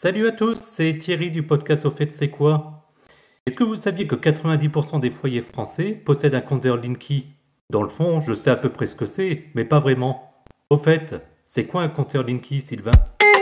Salut à tous, c'est Thierry du podcast Au fait c'est quoi? Est-ce que vous saviez que 90% des foyers français possèdent un compteur Linky? Dans le fond, je sais à peu près ce que c'est, mais pas vraiment. Au fait, c'est quoi un compteur Linky, Sylvain?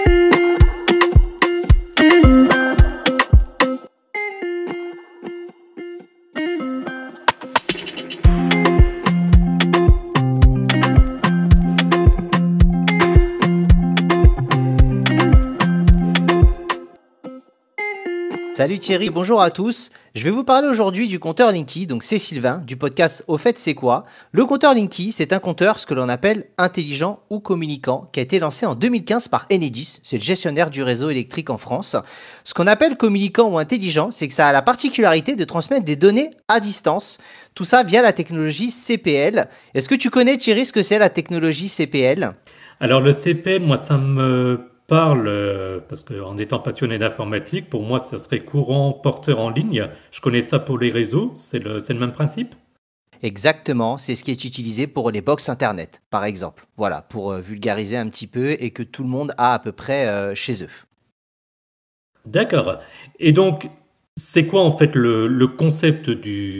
Salut Thierry, bonjour à tous. Je vais vous parler aujourd'hui du compteur Linky, donc c'est Sylvain du podcast Au fait c'est quoi? Le compteur Linky, c'est un compteur ce que l'on appelle intelligent ou communicant qui a été lancé en 2015 par Enedis, c'est le gestionnaire du réseau électrique en France. Ce qu'on appelle communicant ou intelligent, c'est que ça a la particularité de transmettre des données à distance, tout ça via la technologie CPL. Est-ce que tu connais Thierry ce que c'est la technologie CPL? Alors le CPL, moi ça me parle, parce qu'en étant passionné d'informatique, pour moi ça serait courant porteur en ligne. Je connais ça pour les réseaux, c'est le même principe? Exactement, c'est ce qui est utilisé pour les box internet, par exemple. Voilà, pour vulgariser un petit peu et que tout le monde a à peu près chez eux. D'accord. Et donc, c'est quoi en fait le concept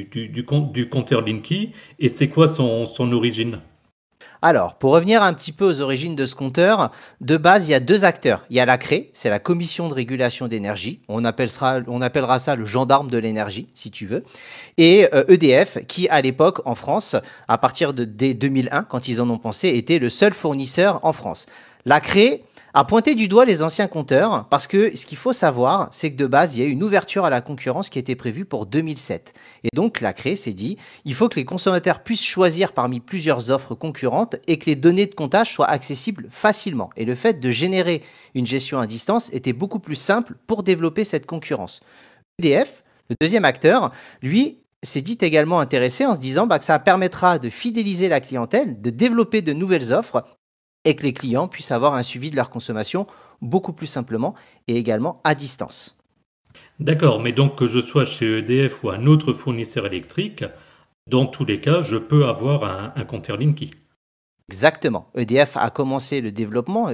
du compteur Linky et c'est quoi son origine? Alors, pour revenir un petit peu aux origines de ce compteur, de base, il y a deux acteurs. Il y a la CRE, c'est la Commission de régulation d'énergie. On appellera ça le gendarme de l'énergie, si tu veux. Et EDF, qui à l'époque, en France, à partir de dès 2001, quand ils en ont pensé, était le seul fournisseur en France. La CRE a pointé du doigt les anciens compteurs parce que ce qu'il faut savoir, c'est que de base, il y a eu une ouverture à la concurrence qui était prévue pour 2007. Et donc, la CRE s'est dit, il faut que les consommateurs puissent choisir parmi plusieurs offres concurrentes et que les données de comptage soient accessibles facilement. Et le fait de générer une gestion à distance était beaucoup plus simple pour développer cette concurrence. EDF, le deuxième acteur, lui, s'est dit également intéressé en se disant que ça permettra de fidéliser la clientèle, de développer de nouvelles offres et que les clients puissent avoir un suivi de leur consommation beaucoup plus simplement et également à distance. D'accord, mais donc que je sois chez EDF ou un autre fournisseur électrique, dans tous les cas, je peux avoir un compteur Linky. Exactement. EDF a commencé le développement.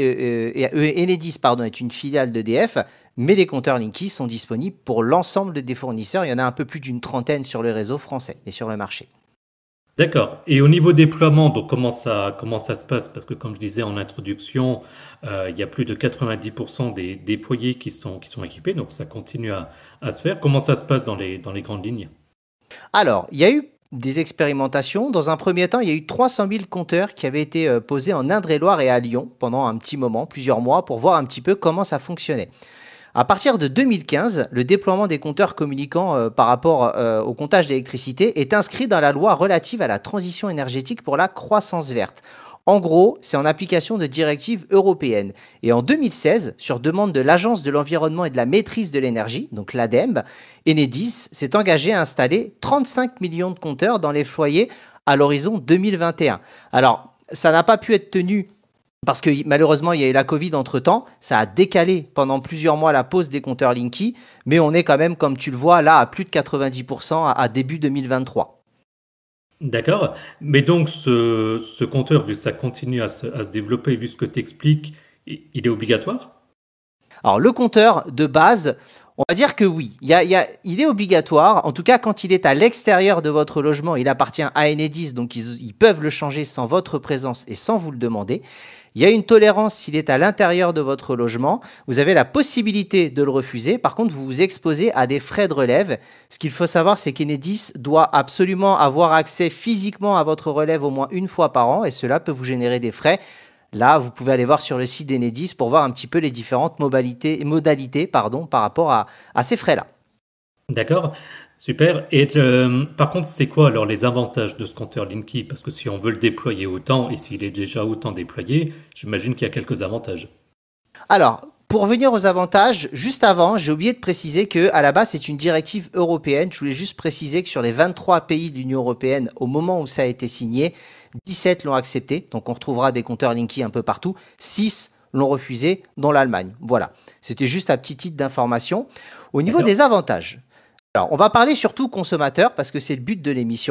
Enedis pardon, est une filiale d'EDF, mais les compteurs Linky sont disponibles pour l'ensemble des fournisseurs. Il y en a un peu plus d'une trentaine sur le réseau français et sur le marché. D'accord. Et au niveau déploiement, donc comment ça se passe? Parce que comme je disais en introduction, il y a plus de 90% des foyers qui sont équipés, donc ça continue à se faire. Comment ça se passe dans les grandes lignes? Alors, il y a eu des expérimentations. Dans un premier temps, il y a eu 300 000 compteurs qui avaient été posés en Indre-et-Loire et à Lyon pendant un petit moment, plusieurs mois, pour voir un petit peu comment ça fonctionnait. À partir de 2015, le déploiement des compteurs communicants par rapport au comptage d'électricité est inscrit dans la loi relative à la transition énergétique pour la croissance verte. En gros, c'est en application de directives européennes. Et en 2016, sur demande de l'Agence de l'environnement et de la maîtrise de l'énergie, donc l'ADEME, Enedis s'est engagé à installer 35 millions de compteurs dans les foyers à l'horizon 2021. Alors, ça n'a pas pu être tenu parce que malheureusement, il y a eu la Covid entre-temps, ça a décalé pendant plusieurs mois la pose des compteurs Linky, mais on est quand même, comme tu le vois, là à plus de 90% à début 2023. D'accord. Mais donc ce compteur, vu que ça continue à se développer, vu ce que tu expliques, il est obligatoire? Alors le compteur de base, on va dire que oui, il est obligatoire, en tout cas quand il est à l'extérieur de votre logement, il appartient à Enedis, donc ils peuvent le changer sans votre présence et sans vous le demander. Il y a une tolérance s'il est à l'intérieur de votre logement. Vous avez la possibilité de le refuser. Par contre, vous vous exposez à des frais de relève. Ce qu'il faut savoir, c'est qu'Enedis doit absolument avoir accès physiquement à votre relève au moins une fois par an et cela peut vous générer des frais. Là, vous pouvez aller voir sur le site d'Enedis pour voir un petit peu les différentes modalités par rapport à ces frais-là. D'accord. Super. Et par contre, c'est quoi alors les avantages de ce compteur Linky? Parce que si on veut le déployer autant, et s'il est déjà autant déployé, j'imagine qu'il y a quelques avantages. Alors, pour venir aux avantages, juste avant, j'ai oublié de préciser que à la base, c'est une directive européenne. Je voulais juste préciser que sur les 23 pays de l'Union européenne, au moment où ça a été signé, 17 l'ont accepté. Donc, on retrouvera des compteurs Linky un peu partout. 6 l'ont refusé, dont l'Allemagne. Voilà. C'était juste un petit titre d'information. Au niveau D'accord? des avantages, alors, on va parler surtout consommateurs parce que c'est le but de l'émission.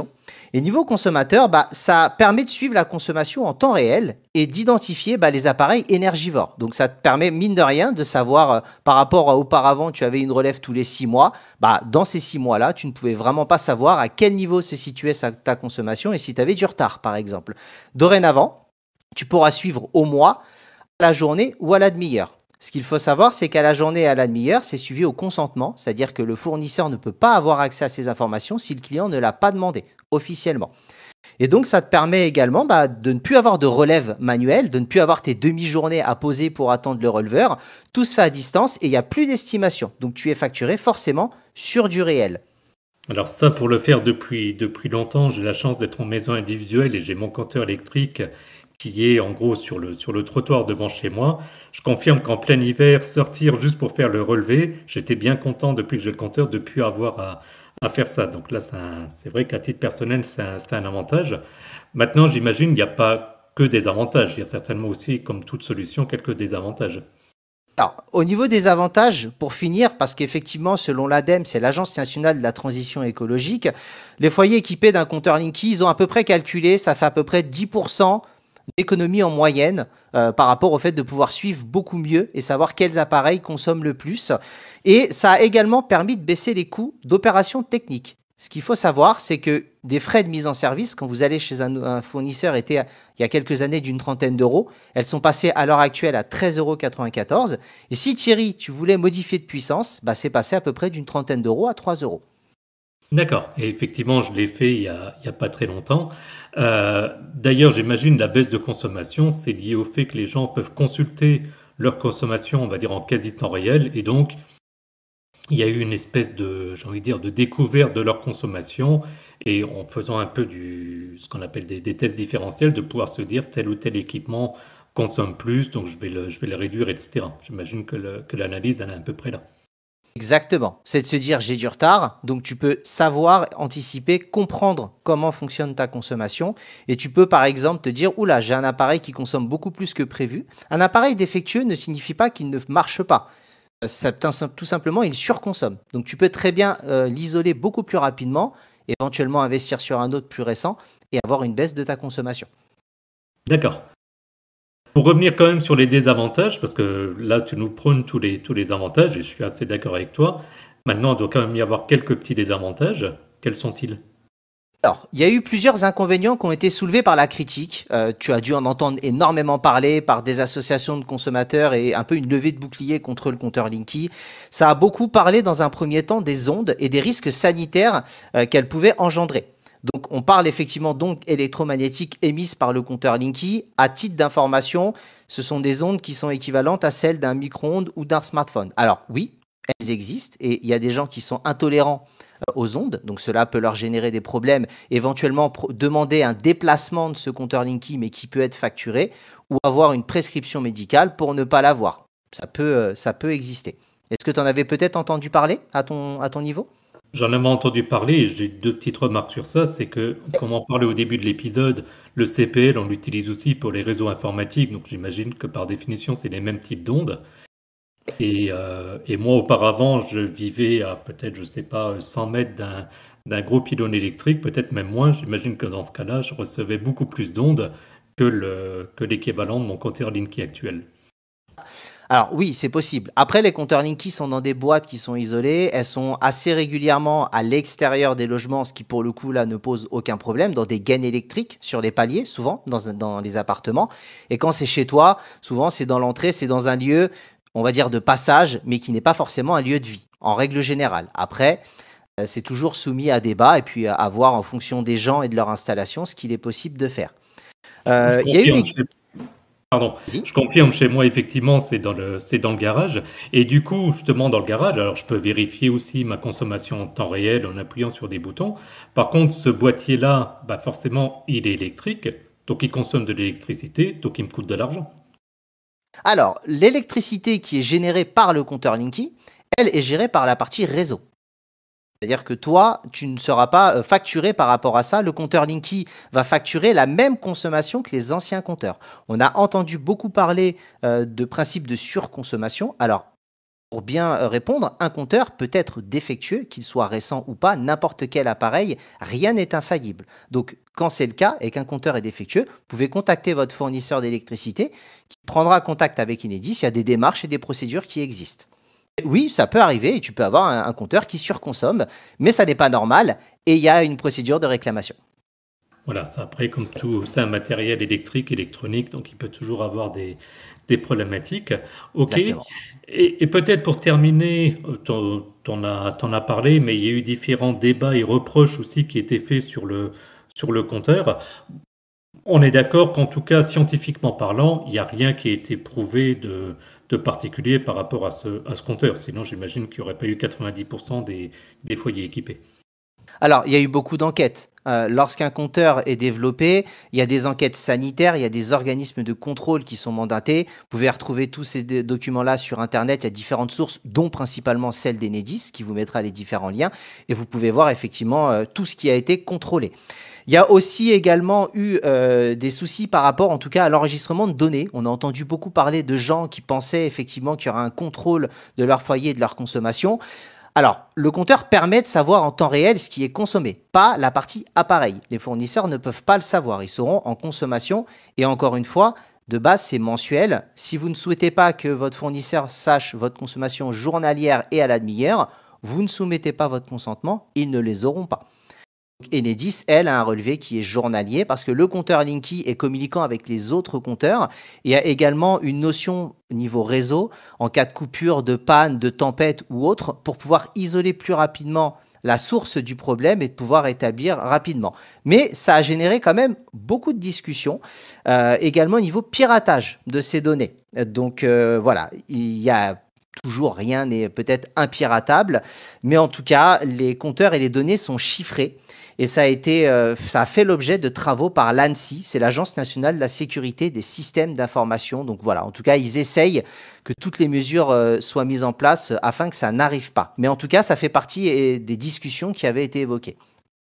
Et niveau consommateur, ça permet de suivre la consommation en temps réel et d'identifier les appareils énergivores. Donc ça te permet, mine de rien, de savoir par rapport à auparavant, tu avais une relève tous les 6 mois. Dans ces 6 mois-là, tu ne pouvais vraiment pas savoir à quel niveau se situait ta consommation et si tu avais du retard, par exemple. Dorénavant, tu pourras suivre au mois, à la journée ou à la demi-heure. Ce qu'il faut savoir, c'est qu'à la journée et à la demi-heure, c'est suivi au consentement, c'est-à-dire que le fournisseur ne peut pas avoir accès à ces informations si le client ne l'a pas demandé officiellement. Et donc, ça te permet également de ne plus avoir de relève manuelle, de ne plus avoir tes demi-journées à poser pour attendre le releveur. Tout se fait à distance et il n'y a plus d'estimation. Donc, tu es facturé forcément sur du réel. Alors ça, pour le faire depuis longtemps, j'ai la chance d'être en maison individuelle et j'ai mon compteur électrique qui est en gros sur le trottoir devant chez moi. Je confirme qu'en plein hiver, sortir juste pour faire le relevé, j'étais bien content depuis que j'ai le compteur de ne plus avoir à faire ça. Donc là, c'est vrai qu'à titre personnel, c'est un avantage. Maintenant, j'imagine qu'il n'y a pas que des avantages. Il y a certainement aussi, comme toute solution, quelques désavantages. Alors, au niveau des avantages, pour finir, parce qu'effectivement, selon l'ADEME, c'est l'Agence nationale de la transition écologique, les foyers équipés d'un compteur Linky, ils ont à peu près calculé, ça fait à peu près 10% d'économie en moyenne par rapport au fait de pouvoir suivre beaucoup mieux et savoir quels appareils consomment le plus. Et ça a également permis de baisser les coûts d'opérations techniques. Ce qu'il faut savoir, c'est que des frais de mise en service, quand vous allez chez un fournisseur, étaient il y a quelques années d'une trentaine d'euros. Elles sont passées à l'heure actuelle à 13,94 €. Et si Thierry, tu voulais modifier de puissance, c'est passé à peu près d'une trentaine d'euros à 3 euros. D'accord. Et effectivement, je l'ai fait il y a pas très longtemps. D'ailleurs, j'imagine la baisse de consommation, c'est lié au fait que les gens peuvent consulter leur consommation, on va dire en quasi temps réel, et donc il y a eu une espèce de, j'ai envie de dire, de découverte de leur consommation, et en faisant un peu ce qu'on appelle des tests différentiels, de pouvoir se dire tel ou tel équipement consomme plus, donc je vais le réduire, etc. J'imagine que l'analyse, elle est à peu près là. Exactement. C'est de se dire j'ai du retard, donc tu peux savoir, anticiper, comprendre comment fonctionne ta consommation et tu peux par exemple te dire oula, j'ai un appareil qui consomme beaucoup plus que prévu. Un appareil défectueux ne signifie pas qu'il ne marche pas. Tout simplement, il surconsomme. Donc tu peux très bien l'isoler beaucoup plus rapidement, éventuellement investir sur un autre plus récent et avoir une baisse de ta consommation. D'accord. Pour revenir quand même sur les désavantages, parce que là, tu nous prônes tous les avantages, et je suis assez d'accord avec toi. Maintenant, il doit quand même y avoir quelques petits désavantages. Quels sont-ils? Alors, il y a eu plusieurs inconvénients qui ont été soulevés par la critique. Tu as dû en entendre énormément parler par des associations de consommateurs et un peu une levée de bouclier contre le compteur Linky. Ça a beaucoup parlé dans un premier temps des ondes et des risques sanitaires qu'elles pouvaient engendrer. Donc, on parle effectivement d'ondes électromagnétiques émises par le compteur Linky. À titre d'information, ce sont des ondes qui sont équivalentes à celles d'un micro-ondes ou d'un smartphone. Alors oui, elles existent et il y a des gens qui sont intolérants aux ondes, donc cela peut leur générer des problèmes, éventuellement demander un déplacement de ce compteur Linky mais qui peut être facturé ou avoir une prescription médicale pour ne pas l'avoir. Ça peut exister. Est-ce que tu en avais peut-être entendu parler à ton niveau? J'en avais entendu parler et j'ai deux petites remarques sur ça. C'est que, comme on parlait au début de l'épisode, le CPL, on l'utilise aussi pour les réseaux informatiques. Donc j'imagine que par définition, c'est les mêmes types d'ondes. Et moi, auparavant, je vivais à peut-être, je sais pas, 100 mètres d'un gros pylône électrique, peut-être même moins. J'imagine que dans ce cas-là, je recevais beaucoup plus d'ondes que l'équivalent de mon compteur Linky actuel. Alors oui, c'est possible. Après, les compteurs Linky sont dans des boîtes qui sont isolées. Elles sont assez régulièrement à l'extérieur des logements, ce qui pour le coup là ne pose aucun problème, dans des gaines électriques sur les paliers, souvent dans les appartements. Et quand c'est chez toi, souvent c'est dans l'entrée, c'est dans un lieu, on va dire de passage, mais qui n'est pas forcément un lieu de vie, en règle générale. Après, c'est toujours soumis à débat et puis à voir en fonction des gens et de leur installation ce qu'il est possible de faire. Je Il y a eu... confirme. Pardon, Vas-y. je confirme chez moi, effectivement, c'est dans le garage. Et du coup, justement, dans le garage, alors je peux vérifier aussi ma consommation en temps réel en appuyant sur des boutons. Par contre, ce boîtier-là, forcément, il est électrique, donc il consomme de l'électricité, donc il me coûte de l'argent. Alors, l'électricité qui est générée par le compteur Linky, elle est gérée par la partie réseau. C'est-à-dire que toi, tu ne seras pas facturé par rapport à ça. Le compteur Linky va facturer la même consommation que les anciens compteurs. On a entendu beaucoup parler de principe de surconsommation. Alors, Pour bien répondre, un compteur peut être défectueux, qu'il soit récent ou pas, n'importe quel appareil, rien n'est infaillible. Donc, quand c'est le cas et qu'un compteur est défectueux, vous pouvez contacter votre fournisseur d'électricité qui prendra contact avec Enedis. Il y a des démarches et des procédures qui existent. Oui, ça peut arriver et tu peux avoir un compteur qui surconsomme, mais ça n'est pas normal et il y a une procédure de réclamation. Voilà, ça, après, comme tout, c'est un matériel électrique, électronique, donc il peut toujours avoir des problématiques. OK. Exactement. Et peut-être pour terminer, t'en as parlé, mais il y a eu différents débats et reproches aussi qui étaient faits sur le compteur. On est d'accord qu'en tout cas, scientifiquement parlant, il n'y a rien qui a été prouvé de particulier par rapport à ce compteur. Sinon, j'imagine qu'il n'y aurait pas eu 90% des foyers équipés. Alors, il y a eu beaucoup d'enquêtes. Lorsqu'un compteur est développé, il y a des enquêtes sanitaires, il y a des organismes de contrôle qui sont mandatés. Vous pouvez retrouver tous ces documents-là sur Internet. Il y a différentes sources, dont principalement celle d'Enedis, qui vous mettra les différents liens. Et vous pouvez voir effectivement tout ce qui a été contrôlé. Il y a aussi également eu des soucis par rapport, en tout cas, à l'enregistrement de données. On a entendu beaucoup parler de gens qui pensaient effectivement qu'il y aura un contrôle de leur foyer et de leur consommation. Alors, le compteur permet de savoir en temps réel ce qui est consommé, pas la partie appareil. Les fournisseurs ne peuvent pas le savoir, ils seront en consommation et encore une fois, de base c'est mensuel. Si vous ne souhaitez pas que votre fournisseur sache votre consommation journalière et à la demi-heure, vous ne soumettez pas votre consentement, ils ne les auront pas. Enedis, elle, a un relevé qui est journalier parce que le compteur Linky est communiquant avec les autres compteurs. Il y a également une notion niveau réseau en cas de coupure, de panne, de tempête ou autre pour pouvoir isoler plus rapidement la source du problème et de pouvoir établir rapidement. Mais ça a généré quand même beaucoup de discussions, également au niveau piratage de ces données. Donc voilà, il y a toujours rien n'est peut-être impiratable, mais en tout cas, les compteurs et les données sont chiffrés. Et ça a fait l'objet de travaux par l'ANSSI, c'est l'Agence nationale de la sécurité des systèmes d'information. Donc voilà, en tout cas, ils essayent que toutes les mesures soient mises en place afin que ça n'arrive pas. Mais en tout cas, ça fait partie des discussions qui avaient été évoquées.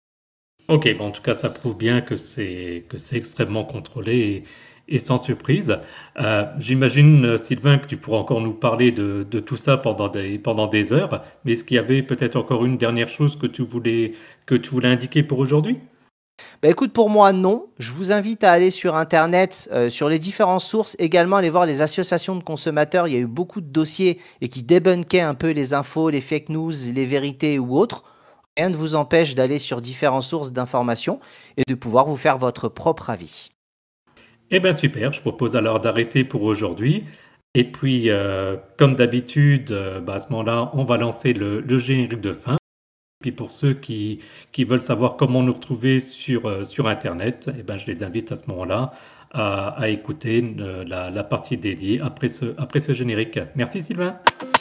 Ok, bon, en tout cas, ça prouve bien que c'est extrêmement contrôlé et sans surprise. J'imagine, Sylvain, que tu pourras encore nous parler de tout ça pendant des heures. Mais est-ce qu'il y avait peut-être encore une dernière chose que tu voulais indiquer pour aujourd'hui? Bah écoute, pour moi, non. Je vous invite à aller sur Internet, sur les différentes sources, également aller voir les associations de consommateurs. Il y a eu beaucoup de dossiers et qui débunkaient un peu les infos, les fake news, les vérités ou autres. Rien ne vous empêche d'aller sur différentes sources d'informations et de pouvoir vous faire votre propre avis. Eh bien, super. Je propose alors d'arrêter pour aujourd'hui. Et puis, comme d'habitude, bah, à ce moment-là, on va lancer le générique de fin. Puis pour ceux qui veulent savoir comment nous retrouver sur Internet, eh ben, je les invite à ce moment-là à écouter la partie dédiée après ce générique. Merci Sylvain.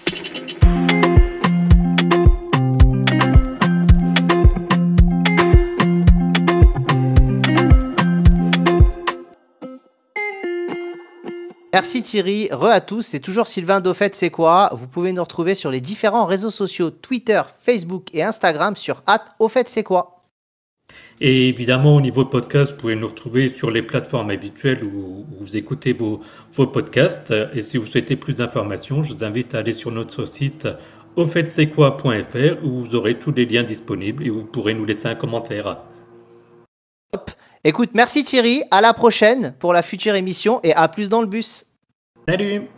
Merci Thierry, à tous, c'est toujours Sylvain d'Au fait c'est quoi. Vous pouvez nous retrouver sur les différents réseaux sociaux Twitter, Facebook et Instagram sur @Au fait c'est quoi. Et évidemment, au niveau podcast, vous pouvez nous retrouver sur les plateformes habituelles où vous écoutez vos podcasts. Et si vous souhaitez plus d'informations, je vous invite à aller sur notre site auffaitcestquoi.fr où vous aurez tous les liens disponibles et vous pourrez nous laisser un commentaire. Écoute, merci Thierry, à la prochaine pour la future émission et à plus dans le bus. Salut!